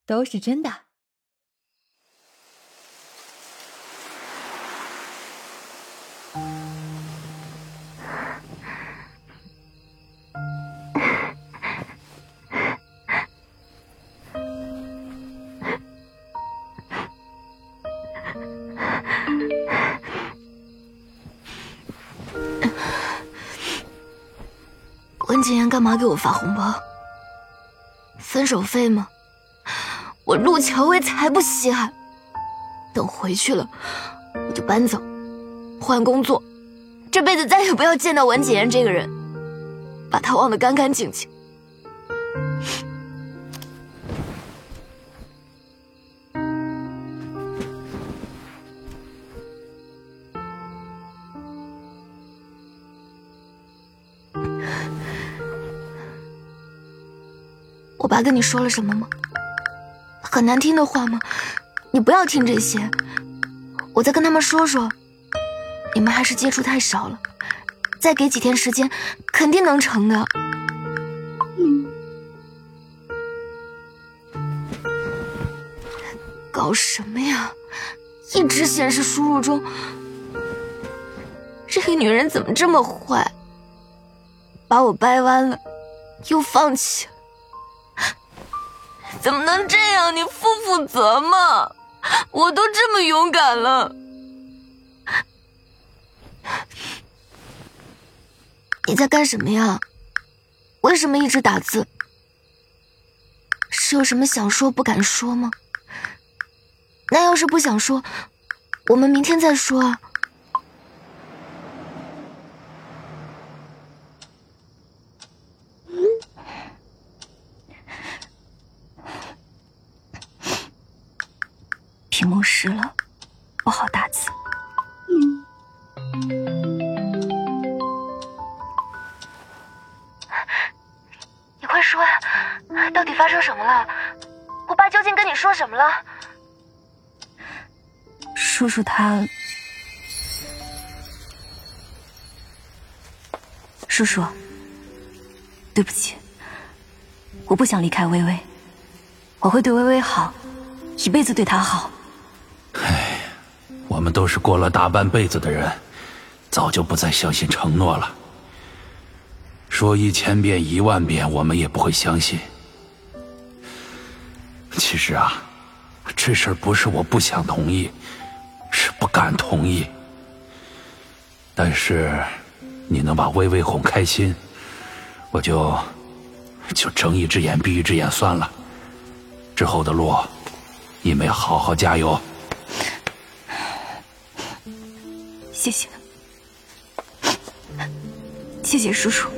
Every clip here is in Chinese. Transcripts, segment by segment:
都是真的。 文景言干嘛给我发红包？分手费吗？我陆乔薇才不稀罕。等回去了，我就搬走，换工作，这辈子再也不要见到文景言这个人，把他忘得干干净净。我爸跟你说了什么吗？很难听的话吗？你不要听这些，我再跟他们说说。你们还是接触太少了，再给几天时间，肯定能成的。搞什么呀？一直显示输入中。这个女人怎么这么坏？把我掰弯了，又放弃了。怎么能这样？你负责吗？我都这么勇敢了。你在干什么呀？为什么一直打字？是有什么想说不敢说吗？那要是不想说，我们明天再说啊。屏幕湿了，不好打字。你快说呀，到底发生什么了？我爸究竟跟你说什么了？ 叔叔他……叔叔，对不起，我不想离开薇薇，我会对薇薇好，一辈子对她好。 唉，我们都是过了大半辈子的人，早就不再相信承诺了。说1000遍10000遍，我们也不会相信。其实啊，这事儿不是我不想同意，是不敢同意。但是，你能把薇薇哄开心，我就睁一只眼闭一只眼算了。之后的路，你们要好好加油。 谢谢，谢谢叔叔。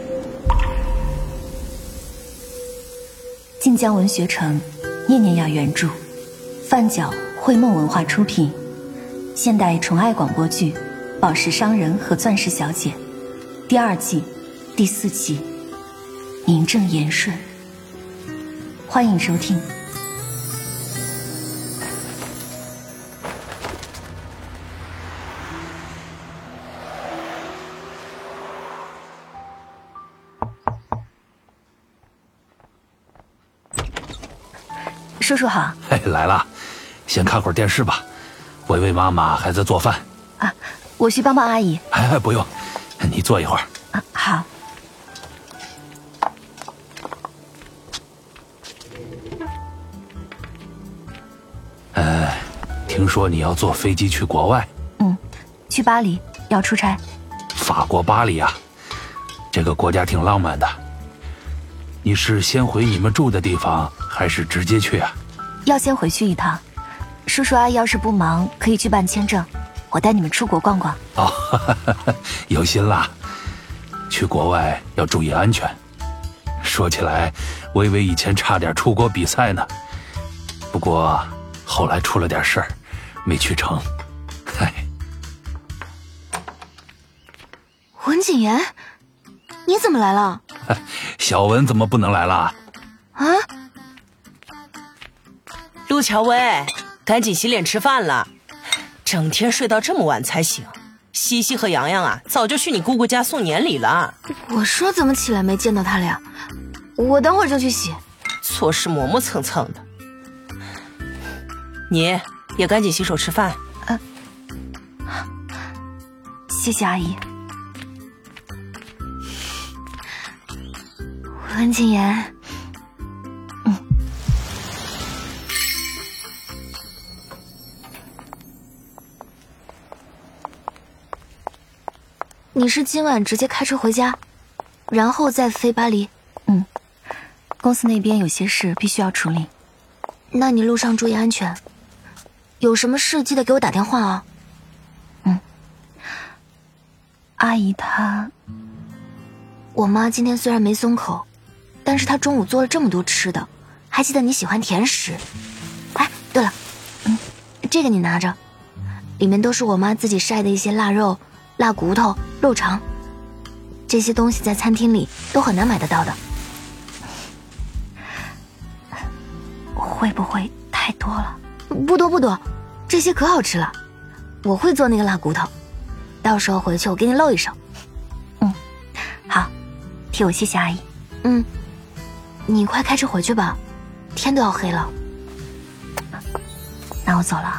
晋江文学城，念念亚原著，范角绘梦文化出品，现代宠爱广播剧《宝石商人和钻石小姐》第2季第4集，名正言顺。欢迎收听。叔叔好。 嘿，来了，先看会儿电视吧。薇薇妈妈还在做饭。 啊，我去帮帮阿姨。 哎，不用，你坐一会儿。 啊，好。 听说你要坐飞机去国外？ 去巴黎，要出差。 法国巴黎啊，这个国家挺浪漫的。你是先回你们住的地方，还是直接去啊？ 要先回去一趟。叔叔阿姨要是不忙，可以去办签证，我带你们出国逛逛。 哦，有心啦。去国外要注意安全。说起来，薇薇以前差点出国比赛呢，不过后来出了点事儿，没去成。嗨， 文景言，你怎么来了？ 小文怎么不能来了？ 啊？ 陆乔薇，赶紧洗脸吃饭了，整天睡到这么晚才醒。西西和洋洋啊，早就去你姑姑家送年礼了。 我说怎么起来没见到他俩？我等会儿就去洗。 做事磨磨蹭蹭的。 你也赶紧洗手吃饭。 谢谢阿姨。 文景言，你是今晚直接开车回家，然后再飞巴黎？ 公司那边有些事必须要处理。 那你路上注意安全，有什么事记得给我打电话啊。 阿姨她， 我妈今天虽然没松口，但是她中午做了这么多吃的，还记得你喜欢甜食。哎，对了，这个你拿着，里面都是我妈自己晒的一些腊肉、腊骨头、肉肠，这些东西在餐厅里都很难买得到的。 会不会太多了？ 不多不多，这些可好吃了。我会做那个腊骨头，到时候回去我给你露一手。 好，替我谢谢阿姨。 你快开车回去吧，天都要黑了。 那我走了。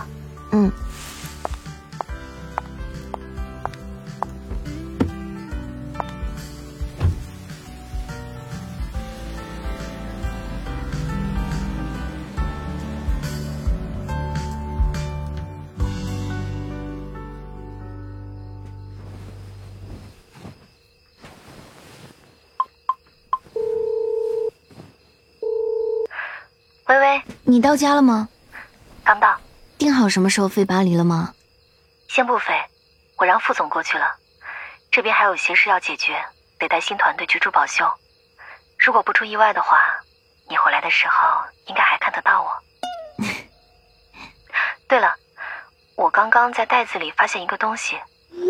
微微，你到家了吗？ 刚到。 定好什么时候飞巴黎了吗？ 先不飞，我让副总过去了。这边还有些事要解决，得带新团队居住保修。如果不出意外的话，你回来的时候应该还看得到我。对了，我刚刚在袋子里发现一个东西。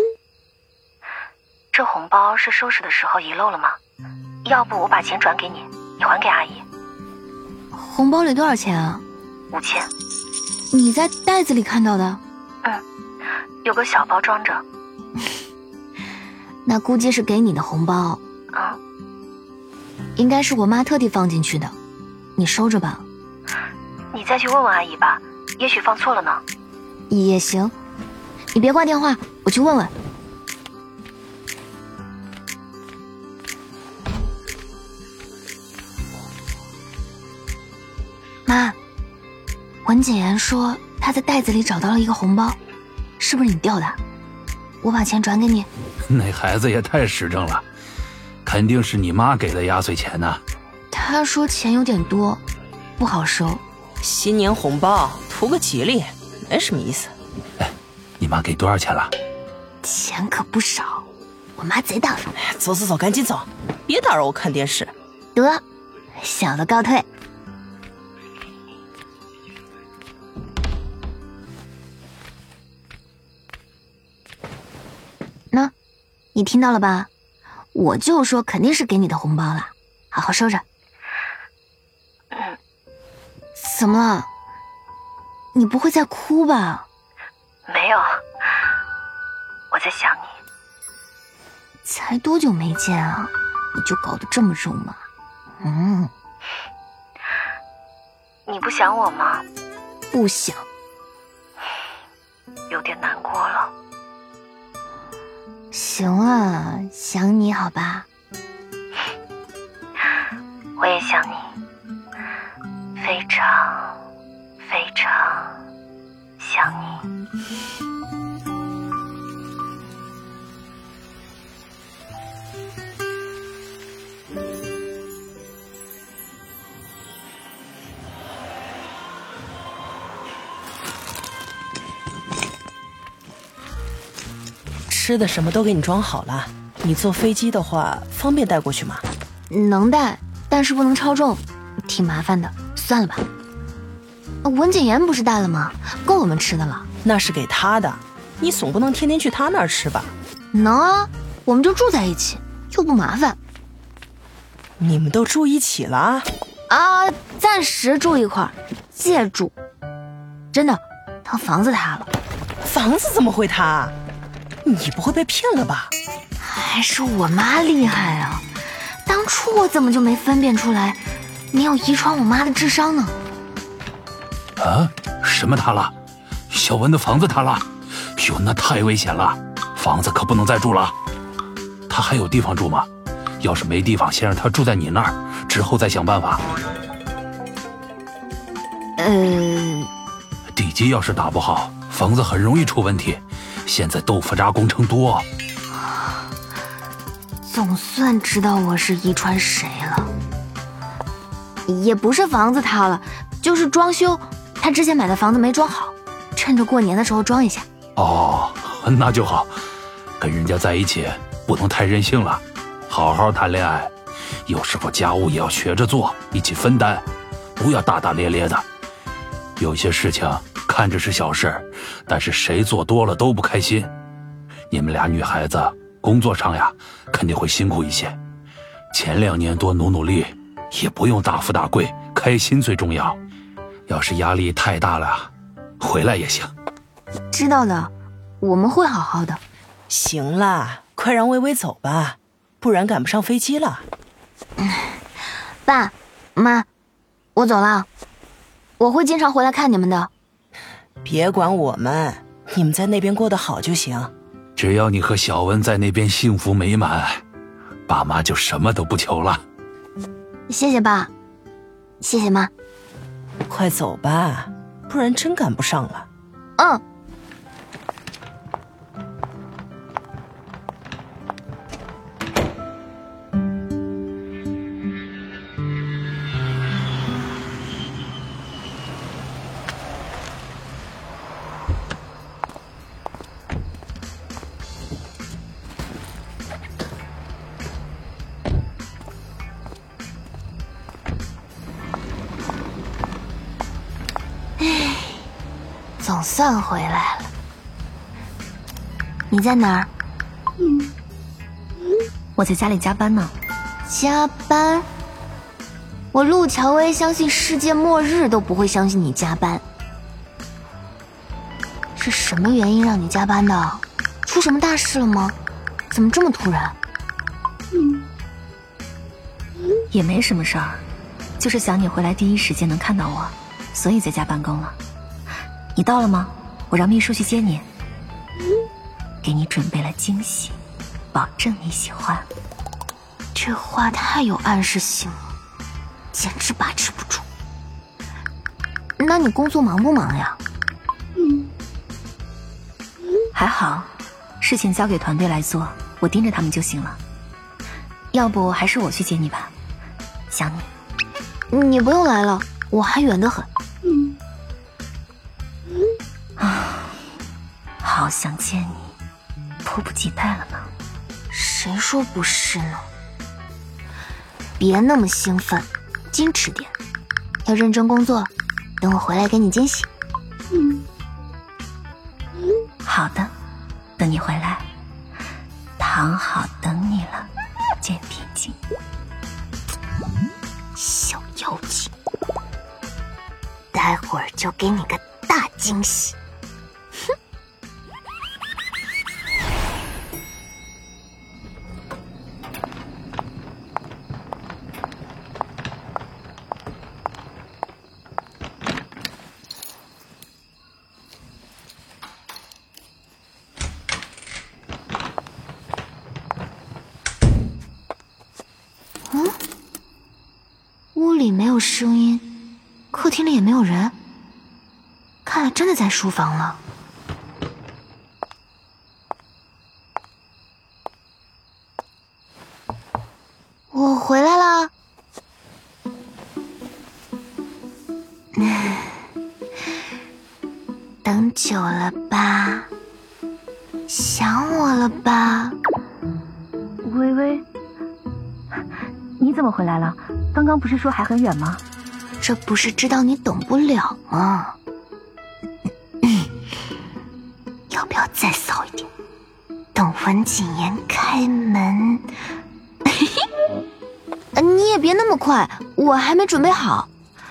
这红包是收拾的时候遗漏了吗？要不我把钱转给你，你还给阿姨。 红包里多少钱啊 ？5000。 你在袋子里看到的？ 有个小包装着。 那估计是给你的红包。应该是我妈特地放进去的，你收着吧。 你再去问问阿姨吧，也许放错了呢。 也行，你别挂电话，我去问问。妈，文景言说他在袋子里找到了一个红包，是不是你掉的？我把钱转给你。 那孩子也太实诚了，肯定是你妈给的压岁钱呢。 他说钱有点多，不好收。 新年红包图个吉利，没什么意思。 哎，你妈给多少钱了？ 钱可不少，我妈贼大方。 走走走，赶紧走，别打扰我看电视。 得，小的告退。那，你听到了吧？我就说肯定是给你的红包了，好好收着。怎么了？你不会在哭吧？ 没有，我在想你。 才多久没见啊，你就搞得这么肉麻？ 你不想我吗？ 不想。 有点难过了。 行了，想你好吧？ 我也想你，非常非常想你。 吃的什么都给你装好了，你坐飞机的话方便带过去吗？ 能带，但是不能超重，挺麻烦的，算了吧。文景言不是带了吗？够我们吃的了。 那是给他的，你总不能天天去他那儿吃吧？ 能啊，我们就住在一起，又不麻烦。 你们都住一起了？ 啊，暂时住一块儿，借住。真的，他房子塌了。 房子怎么会塌？你不会被骗了吧？ 还是我妈厉害啊！当初我怎么就没分辨出来，没有遗传我妈的智商呢？ 啊， 什么塌了？小文的房子塌了？哟，那太危险了，房子可不能再住了。他还有地方住吗？要是没地方，先让他住在你那儿，之后再想办法。地基要是打不好，房子很容易出问题。现在豆腐渣工程多。 总算知道我是遗传谁了。也不是房子塌了，就是装修，他之前买的房子没装好，趁着过年的时候装一下。 哦，那就好。跟人家在一起不能太任性了，好好谈恋爱，有时候家务也要学着做，一起分担，不要大大咧咧的。有些事情看着是小事，但是谁做多了都不开心。你们俩女孩子工作上呀，肯定会辛苦一些。前2年多努力，也不用大富大贵，开心最重要。要是压力太大了，回来也行。 知道的，我们会好好的。 行啦，快让微微走吧，不然赶不上飞机了。 爸妈，我走了，我会经常回来看你们的。 别管我们，你们在那边过得好就行。 只要你和小文在那边幸福美满，爸妈就什么都不求了。 谢谢爸，谢谢妈。 快走吧，不然真赶不上了。 嗯。总算回来了。你在哪儿？ 我在家里加班呢。 加班？我陆乔薇相信世界末日都不会相信你加班。是什么原因让你加班的？出什么大事了吗？怎么这么突然？ 也没什么事儿，就是想你回来第一时间能看到我，所以在家办公了。你到了吗？我让秘书去接你。给你准备了惊喜，保证你喜欢。 这话太有暗示性了，简直把持不住。那你工作忙不忙呀？ 还好，事情交给团队来做，我盯着他们就行了。要不还是我去接你吧，想你。 你不用来了，我还远得很。 好想见你，迫不及待了呢。 谁说不是呢？别那么兴奋，矜持点，要认真工作，等我回来给你惊喜。 好的，等你回来，躺好等你了，见平静。 小妖精，待会儿就给你个大惊喜。屋里没有声音，客厅里也没有人，看来真的在书房了。我回来了。等久了吧？想我了吧？ 微微，你怎么回来了？刚刚不是说还很远吗？ 这不是知道你等不了吗？要不要再骚一点？等文谨言开门。你也别那么快，我还没准备好。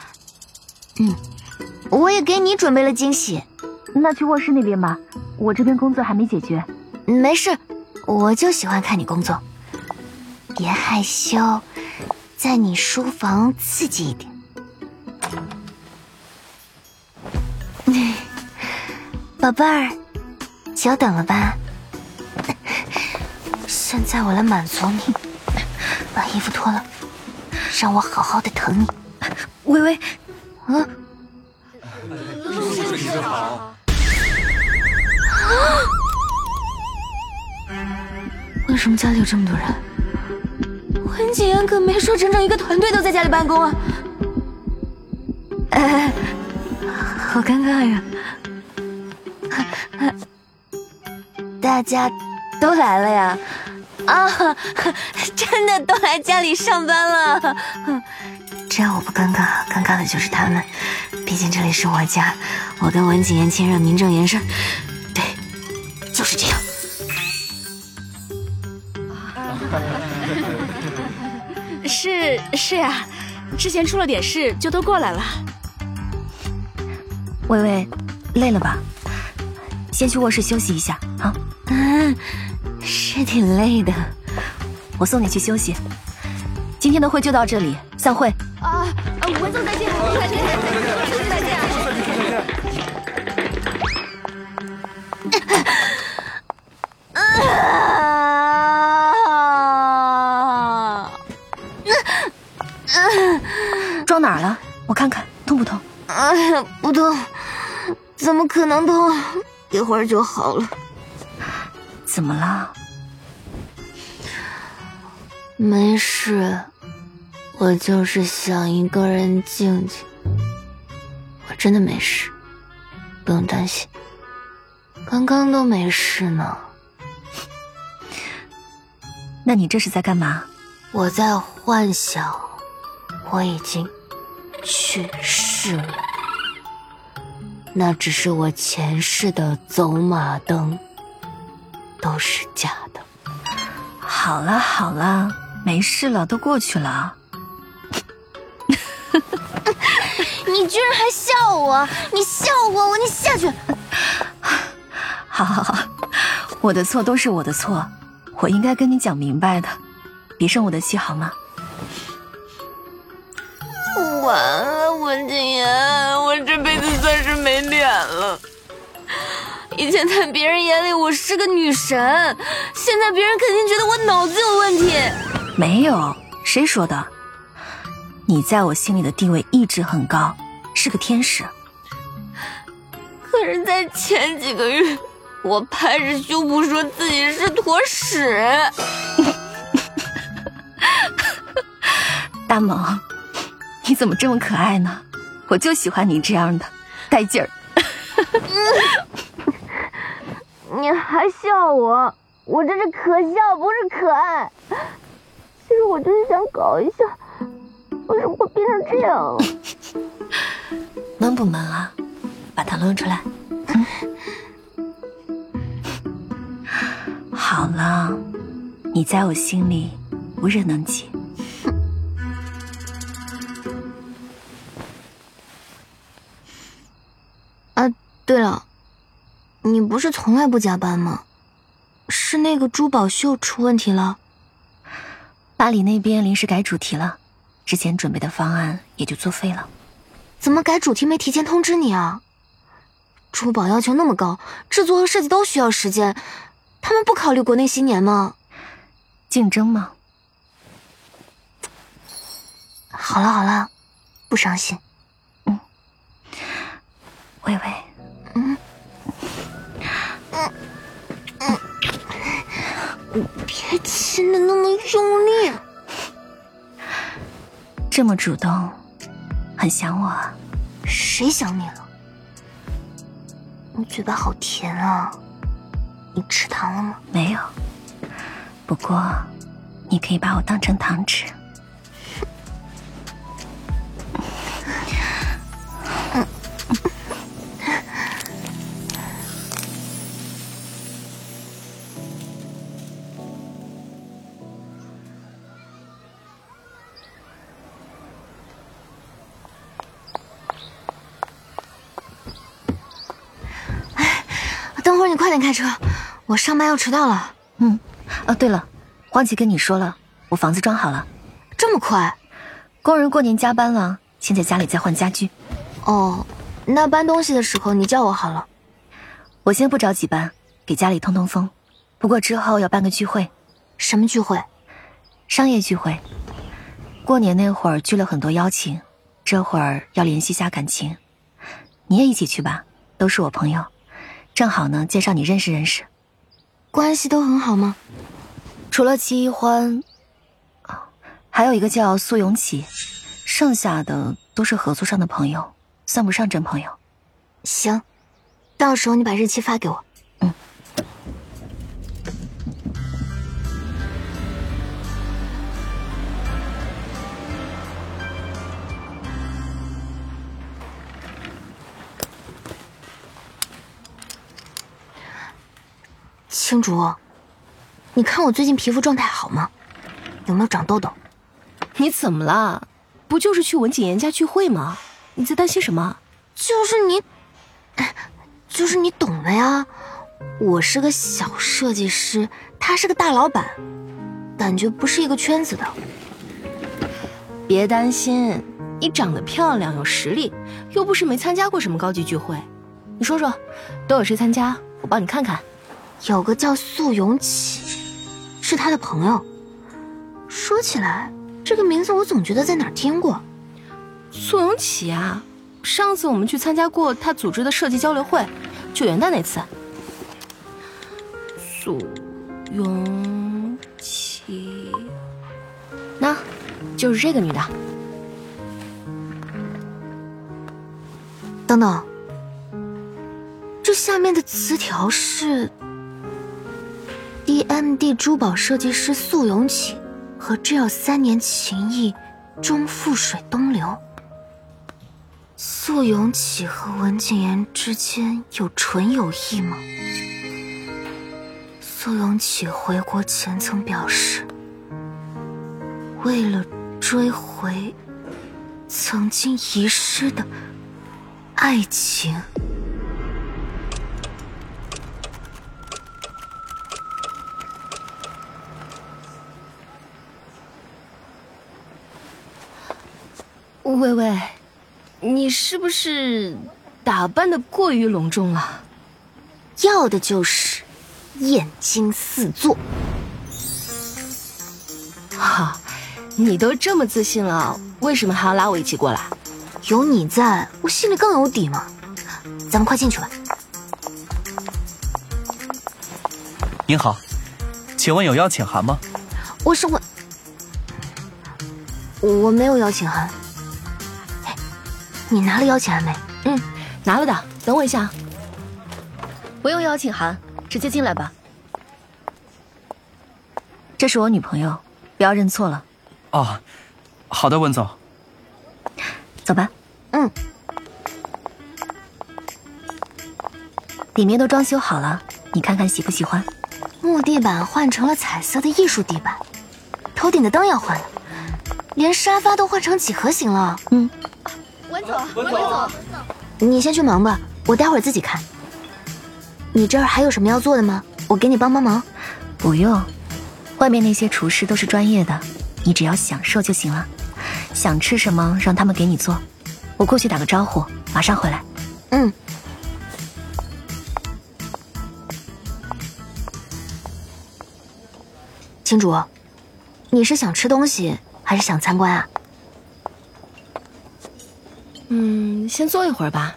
我也给你准备了惊喜。 那去卧室那边吧，我这边工作还没解决。 没事，我就喜欢看你工作。别害羞，在你书房刺激一点。 宝贝儿，久等了吧？现在我来满足你，把衣服脱了，让我好好的疼你。 微微， 为什么家里有这么多人？温景言可没说整整一个团队都在家里办公啊！哎，好尴尬呀！大家都来了呀？啊，真的都来家里上班了。只要我不尴尬，尴尬的就是他们。毕竟这里是我家，我跟文景言亲热，名正言顺。对，就是这样。 是呀，之前出了点事就都过来了。 微微，累了吧？先去卧室休息一下啊。 是挺累的。 我送你去休息。今天的会就到这里，散会。 文总再见，再见，再见。 撞哪儿了？我看看痛不痛？ 哎呀，不痛，怎么可能痛？一会儿就好了。 怎么了？ 没事，我就是想一个人静静。我真的没事，不用担心。刚刚都没事呢。 那你这是在干嘛？ 我在幻想我已经去世了，那只是我前世的走马灯，都是假的。 好了好了，没事了，都过去了。 你居然还笑我！你笑我，你下去！ 好好好，我的错都是我的错，我应该跟你讲明白的，别生我的气好吗？ 完了，文景言，我这辈子算是没脸了。以前在别人眼里我是个女神，现在别人肯定觉得我脑子有问题。 没有，谁说的？你在我心里的地位一直很高，是个天使。 可是在前几个月，我拍着胸脯说自己是坨屎。 大萌，你怎么这么可爱呢？我就喜欢你这样的，带劲儿。 你还笑我？我这是可笑，不是可爱。其实我就是想搞一下，为什么会变成这样了？ 闷不闷啊？把它露出来。好了，你在我心里无人能及。 啊，对了，你不是从来不加班吗？是那个珠宝秀出问题了？ 巴黎那边临时改主题了，之前准备的方案也就作废了。 怎么改主题没提前通知你啊？珠宝要求那么高，制作和设计都需要时间，他们不考虑国内新年吗？ 竞争吗？ 好了好了，不伤心。 微微， 别亲的那么用力。 这么主动，很想我啊？ 谁想你了？你嘴巴好甜啊，你吃糖了吗？ 没有，不过你可以把我当成糖吃。 等会儿你快点开车，我上班要迟到了。 对了，黄姐跟你说了，我房子装好了。 这么快？ 工人过年加班了，现在家里在换家具。 哦，那搬东西的时候你叫我好了。 我先不着急搬，给家里通通风。不过之后要办个聚会。 什么聚会？ 商业聚会。过年那会儿聚了很多邀请，这会儿要联系下感情。你也一起去吧，都是我朋友，正好呢，介绍你认识认识。 关系都很好吗？ 除了戚一欢，还有一个叫苏永启，剩下的都是合作上的朋友，算不上真朋友。 行，到时候你把日期发给我。青竹，你看我最近皮肤状态好吗？有没有长痘痘？ 你怎么了？不就是去文景言家聚会吗？你在担心什么？ 就是你懂的呀。我是个小设计师，他是个大老板，感觉不是一个圈子的。 别担心，你长得漂亮有实力，又不是没参加过什么高级聚会。你说说，都有谁参加？我帮你看看。 有个叫苏永启，是他的朋友。说起来，这个名字我总觉得在哪儿听过。 苏永启啊，上次我们去参加过他组织的设计交流会，就元旦那次。苏永启，那就是这个女的。 等等，这下面的词条是 DMD 珠宝设计师苏永启和 Jill 3年情谊终覆水东流。苏永启和文景言之间有纯友谊吗？苏永启回国前曾表示，为了追回曾经遗失的爱情。 喂喂，你是不是打扮的过于隆重了？ 要的就是艳惊四座。 哈，你都这么自信了，为什么还要拉我一起过来？ 有你在，我心里更有底嘛。咱们快进去吧。 您好，请问有邀请函吗？ 我没有邀请函。你拿了邀请函没？ 拿了的，等我一下。 不用邀请函，直接进来吧。这是我女朋友，不要认错了。 哦，好的，文总。 走吧。里面都装修好了，你看看喜不喜欢？ 木地板换成了彩色的艺术地板，头顶的灯要换了，连沙发都换成几何形了。文总，你先去忙吧，我待会儿自己看。你这儿还有什么要做的吗？我给你帮忙。 不用，外面那些厨师都是专业的，你只要享受就行了。想吃什么让他们给你做，我过去打个招呼，马上回来。 青竹，你是想吃东西还是想参观啊？ 先坐一会儿吧。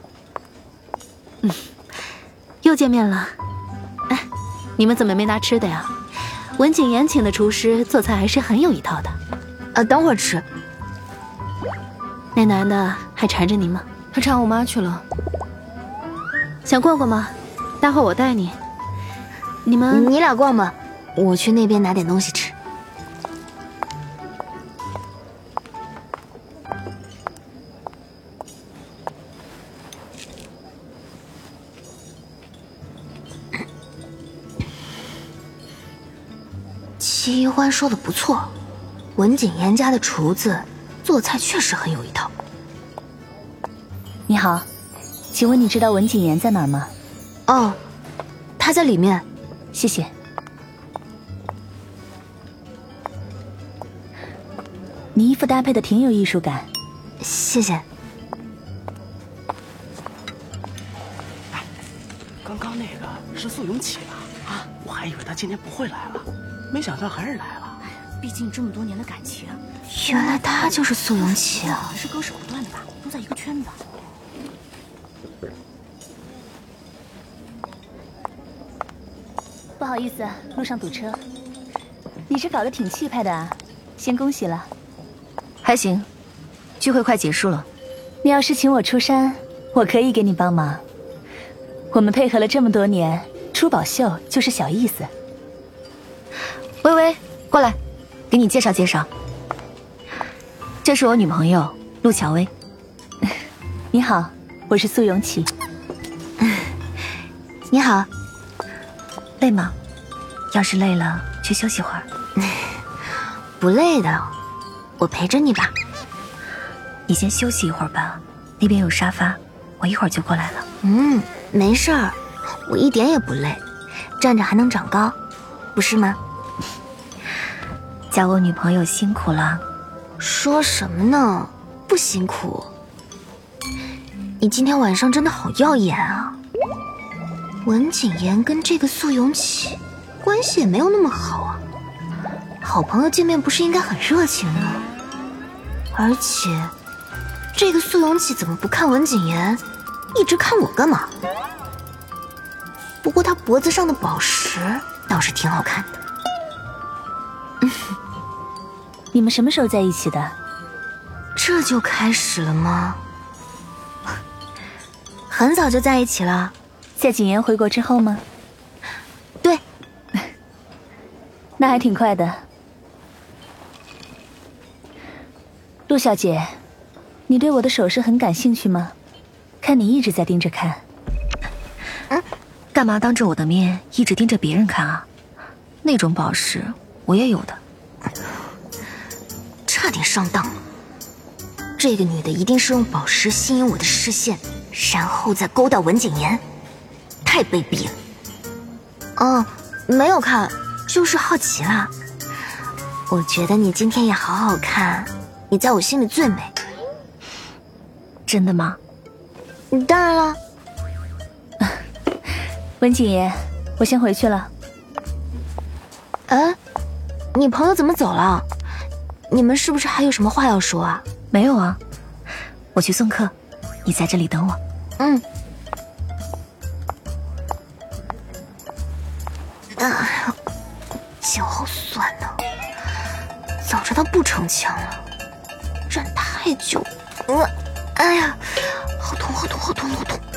又见面了。哎，你们怎么没拿吃的呀？文景言请的厨师做菜还是很有一套的。 等会儿吃。 那男的还缠着你吗？ 他缠我妈去了。 想逛逛吗？待会儿我带你。 你俩逛吧，我去那边拿点东西吃。齐一欢说的不错，文景言家的厨子做菜确实很有一套。 你好，请问你知道文景言在哪儿吗？ 哦，他在里面。 谢谢。你衣服搭配的挺有艺术感。 谢谢。 刚刚那个是苏永启了啊！我还以为他今天不会来了，没想到还是来了。 毕竟这么多年的感情， 原来他就是苏永启啊！ 还是搞手段的吧，都在一个圈子。不好意思，路上堵车。你这搞得挺气派的啊，先恭喜了。 还行，聚会快结束了。 你要是请我出山，我可以给你帮忙。我们配合了这么多年，出宝秀就是小意思。 微微，过来，给你介绍介绍。这是我女朋友陆乔薇。 你好，我是苏永启。 你好。 累吗？要是累了，去休息会儿。 不累的，我陪着你吧。 你先休息一会儿吧，那边有沙发，我一会儿就过来了。 没事儿，我一点也不累，站着还能长高，不是吗？ 叫我女朋友辛苦了。 说什么呢？不辛苦。你今天晚上真的好耀眼啊！文景言跟这个苏永启关系也没有那么好啊，好朋友见面不是应该很热情吗？而且这个苏永启怎么不看文景言，一直看我干嘛？不过他脖子上的宝石倒是挺好看的。 你们什么时候在一起的？ 这就开始了吗？很早就在一起了。 在景言回国之后吗？ 对。 那还挺快的。陆小姐，你对我的首饰很感兴趣吗？看你一直在盯着看。 干嘛当着我的面一直盯着别人看啊？那种宝石我也有的。 差点上当了。这个女的一定是用宝石吸引我的视线，然后再勾搭文景言，太卑鄙了。没有看，就是好奇啦。我觉得你今天也好好看，你在我心里最美。 真的吗？ 当然了。 文景言，我先回去了。 你朋友怎么走了？你们是不是还有什么话要说啊？ 没有啊，我去送客，你在这里等我。 脚好酸呢，早知道不逞强了，站太久，哎呀，好痛好痛好痛好痛！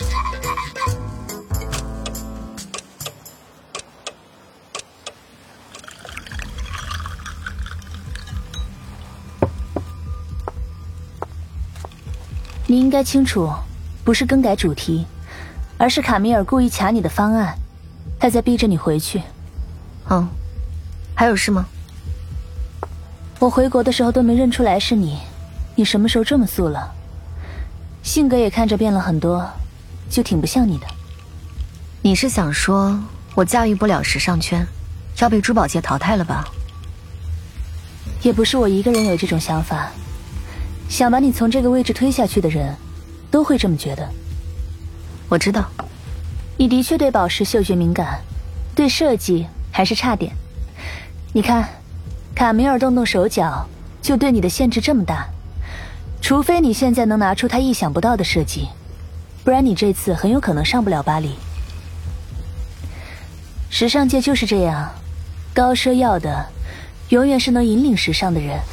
你应该清楚，不是更改主题，而是卡米尔故意卡你的方案，他在逼着你回去。 还有事吗？ 我回国的时候都没认出来是你，你什么时候这么素了？性格也看着变了很多，就挺不像你的。 你是想说我驾驭不了时尚圈，要被珠宝界淘汰了吧？ 也不是我一个人有这种想法，想把你从这个位置推下去的人，都会这么觉得。 我知道， 你的确对宝石嗅觉敏感，对设计还是差点。你看，卡米尔动动手脚，就对你的限制这么大。除非你现在能拿出他意想不到的设计，不然你这次很有可能上不了巴黎。时尚界就是这样，高奢要的永远是能引领时尚的人。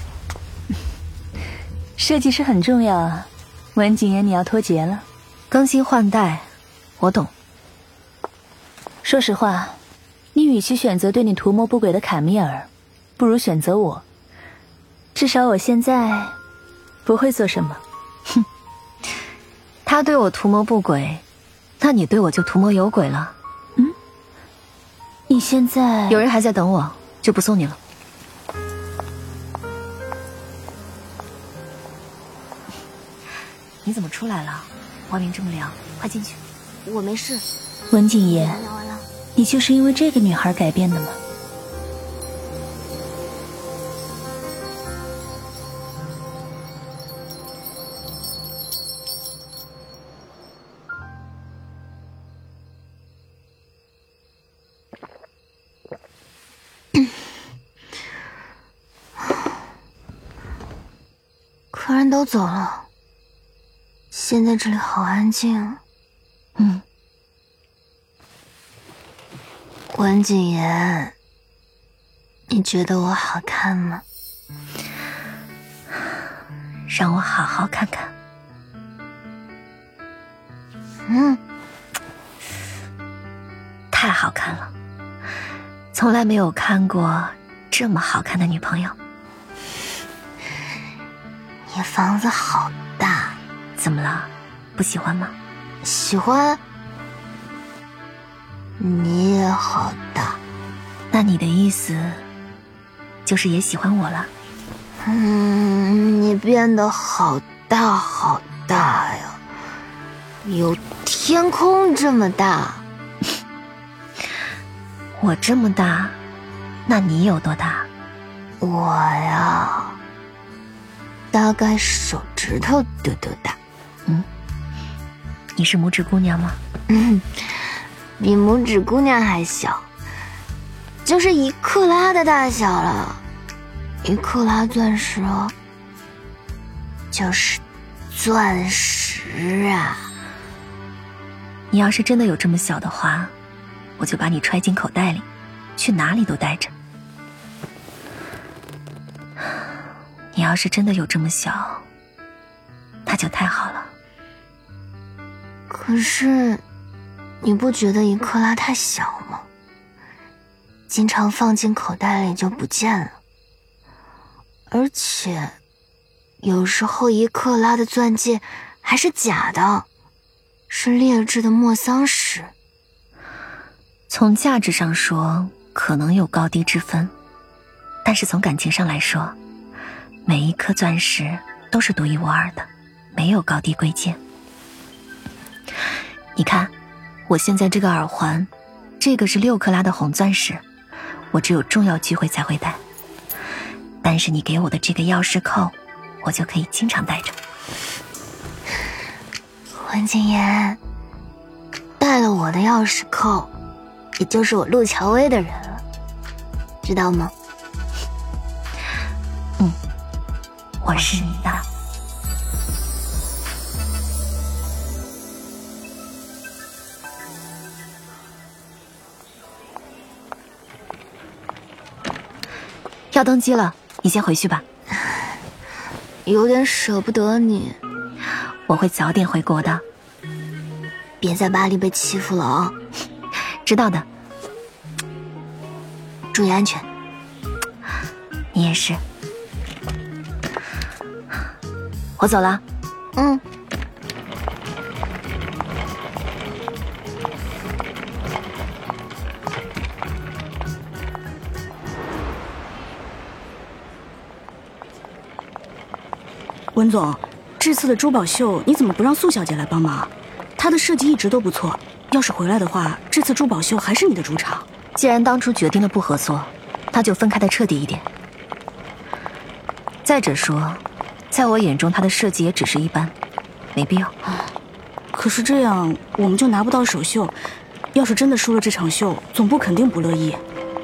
设计师很重要啊，文景言，你要脱节了。 更新换代，我懂。 说实话，你与其选择对你图谋不轨的卡米尔，不如选择我。至少我现在不会做什么。 哼，他对我图谋不轨，那你对我就图谋有轨了。 你现在有人还在等我，就不送你了。你怎么出来了？外面这么凉，快进去。 我没事。 文景言，你就是因为这个女孩改变的吗？ 客人都走了，现在这里好安静啊。文谨言，你觉得我好看吗？ 让我好好看看。太好看了，从来没有看过这么好看的女朋友。 你房子好大， 怎么了？不喜欢吗？ 喜欢。你也好大。 那你的意思就是也喜欢我了？ 你变得好大好大呀，有天空这么大。 我这么大，那你有多大？ 我呀，大概手指头嘟嘟大。 你是拇指姑娘吗？ 比拇指姑娘还小，就是1克拉的大小了。1克拉钻石哦，就是钻石啊！ 你要是真的有这么小的话，我就把你揣进口袋里，去哪里都带着。你要是真的有这么小，那就太好了。 可是，你不觉得1克拉太小吗？经常放进口袋里就不见了。而且，有时候1克拉的钻戒还是假的，是劣质的莫桑石。 从价值上说，可能有高低之分，但是从感情上来说，每一颗钻石都是独一无二的，没有高低贵贱。你看，我现在这个耳环，这个是6克拉的红钻石，我只有重要聚会才会戴。但是你给我的这个钥匙扣，我就可以经常带着。 文谨言，带了我的钥匙扣，也就是我陆乔薇的人了，知道吗？ 我是你的。要登机了，你先回去吧。 有点舍不得你。 我会早点回国的。 别在巴黎被欺负了啊！ 知道的。 注意安全。 你也是。我走了。 文总，这次的珠宝秀你怎么不让素小姐来帮忙？她的设计一直都不错，要是回来的话，这次珠宝秀还是你的主场。 既然当初决定了不合作，那就分开的彻底一点。再者说，在我眼中她的设计也只是一般，没必要。 可是这样我们就拿不到首秀，要是真的输了这场秀，总部肯定不乐意。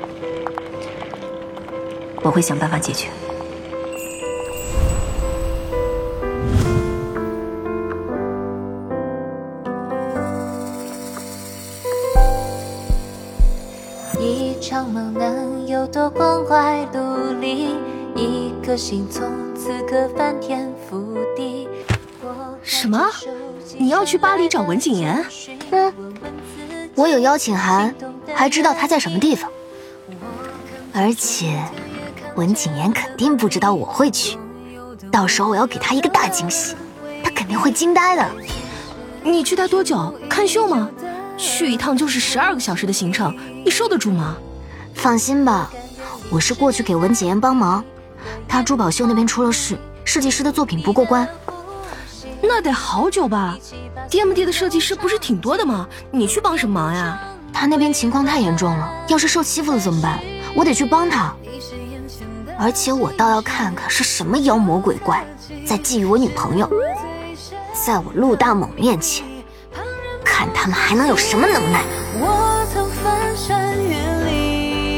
我会想办法解决。 一场梦能有多光怪陆离，一颗心从此刻翻天覆地。 什么？你要去巴黎找文谨言？ 我有邀请函，还知道他在什么地方。而且文谨言肯定不知道我会去，到时候我要给他一个大惊喜，他肯定会惊呆的。 你去待多久？看秀吗？去一趟就是12个小时的行程，你受得住吗？ 放心吧，我是过去给文谨言帮忙，他珠宝秀那边出了事，设计师的作品不过关。 那得好久吧 ？DMD 的设计师不是挺多的吗？你去帮什么忙呀？ 他那边情况太严重了，要是受欺负了怎么办？我得去帮他。而且我倒要看看是什么妖魔鬼怪在觊觎我女朋友，在我陆大猛面前，看他们还能有什么能耐。 我曾翻山越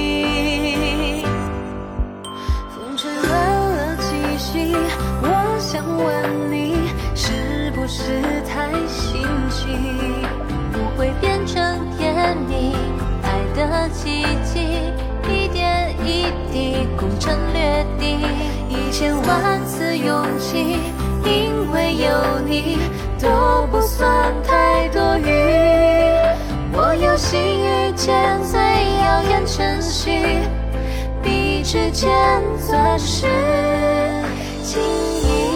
岭，风吹乱了气息，我想想问你，是不是太心急？不会变成甜蜜爱的奇迹，一点一滴攻城略地，1000万次勇气，因为有你都不算太多余。我有幸遇见最耀眼晨曦，彼之间钻石情谊。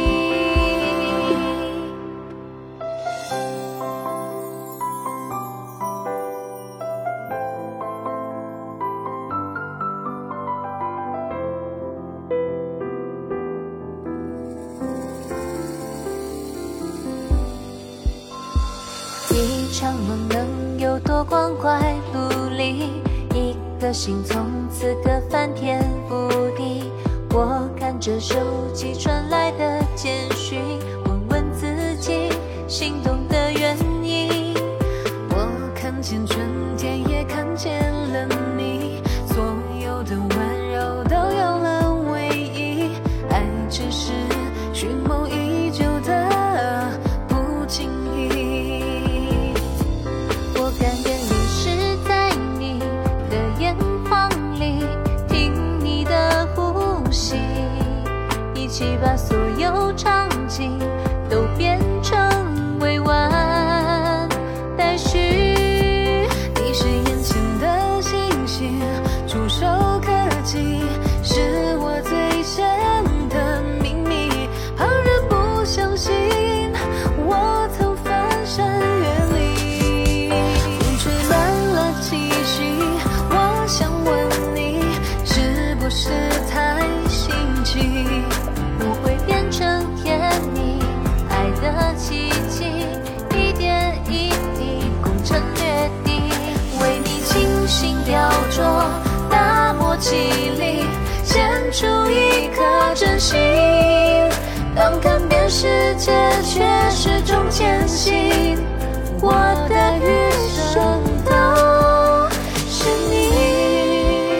一场梦能有多光怪陆离，一颗心从此刻翻天覆地。我看着手机传来的简讯，问问自己心动的原因。我看见春天，也看见了你，所有的温柔都有了唯一。爱只是蓄谋已久的不经意。我甘愿淋湿在你的眼眶里，听你的呼吸，一起把所有场景都变成委婉待续。你是眼前的星星，触手可及，是我最深的秘密。旁人不相信我曾翻山越岭，风吹乱了气息。我想问你，是不是太心急？不会变成甜蜜爱的奇迹，一点一滴攻城略地，为你精心雕琢，大漠绮丽，献出一颗真心。当看遍世界，却始终坚信，我的余生都是你。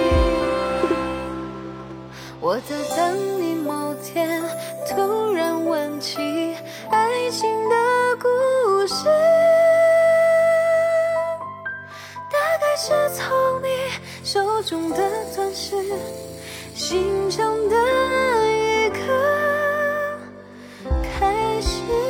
我在等你某天突然问起爱情的故事，大概是从你手中的钻石心中的一颗开始。